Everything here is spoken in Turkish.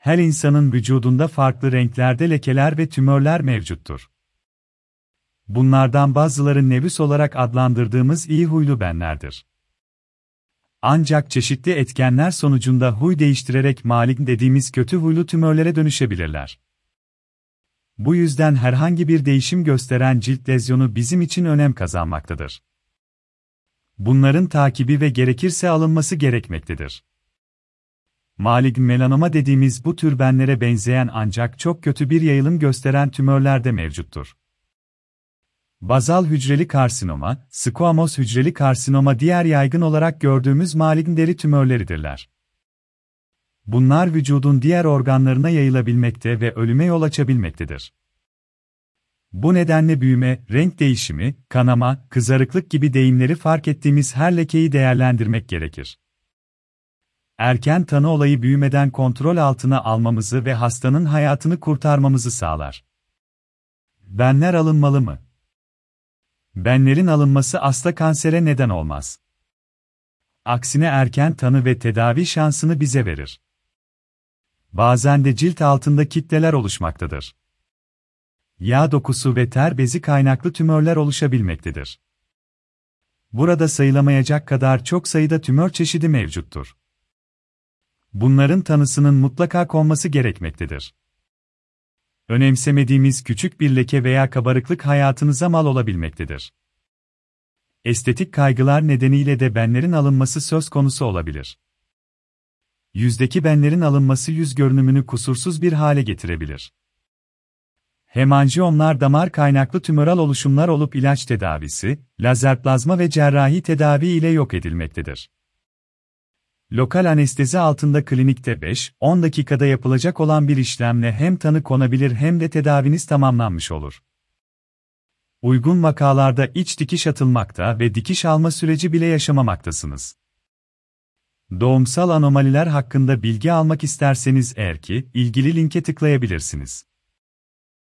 Her insanın vücudunda farklı renklerde lekeler ve tümörler mevcuttur. Bunlardan bazıları nevüs olarak adlandırdığımız iyi huylu benlerdir. Ancak çeşitli etkenler sonucunda huy değiştirerek malign dediğimiz kötü huylu tümörlere dönüşebilirler. Bu yüzden herhangi bir değişim gösteren cilt lezyonu bizim için önem kazanmaktadır. Bunların takibi ve gerekirse alınması gerekmektedir. Malign melanoma dediğimiz bu tür benlere benzeyen ancak çok kötü bir yayılım gösteren tümörler de mevcuttur. Bazal hücreli karsinoma, squamous hücreli karsinoma diğer yaygın olarak gördüğümüz malign deri tümörleridirler. Bunlar vücudun diğer organlarına yayılabilmekte ve ölüme yol açabilmektedir. Bu nedenle büyüme, renk değişimi, kanama, kızarıklık gibi deyimleri fark ettiğimiz her lekeyi değerlendirmek gerekir. Erken tanı olayı büyümeden kontrol altına almamızı ve hastanın hayatını kurtarmamızı sağlar. Benler alınmalı mı? Benlerin alınması asla kansere neden olmaz. Aksine erken tanı ve tedavi şansını bize verir. Bazen de cilt altında kitleler oluşmaktadır. Yağ dokusu ve ter bezi kaynaklı tümörler oluşabilmektedir. Burada sayılamayacak kadar çok sayıda tümör çeşidi mevcuttur. Bunların tanısının mutlaka konması gerekmektedir. Önemsemediğimiz küçük bir leke veya kabarıklık hayatınıza mal olabilmektedir. Estetik kaygılar nedeniyle de benlerin alınması söz konusu olabilir. Yüzdeki benlerin alınması yüz görünümünü kusursuz bir hale getirebilir. Hemanjiyomlar damar kaynaklı tümöral oluşumlar olup ilaç tedavisi, lazer plazma ve cerrahi tedavi ile yok edilmektedir. Lokal anestezi altında klinikte 5-10 dakikada yapılacak olan bir işlemle hem tanı konabilir hem de tedaviniz tamamlanmış olur. Uygun vakalarda iç dikiş atılmakta ve dikiş alma süreci bile yaşamamaktasınız. Doğumsal anomaliler hakkında bilgi almak isterseniz ilgili linke tıklayabilirsiniz.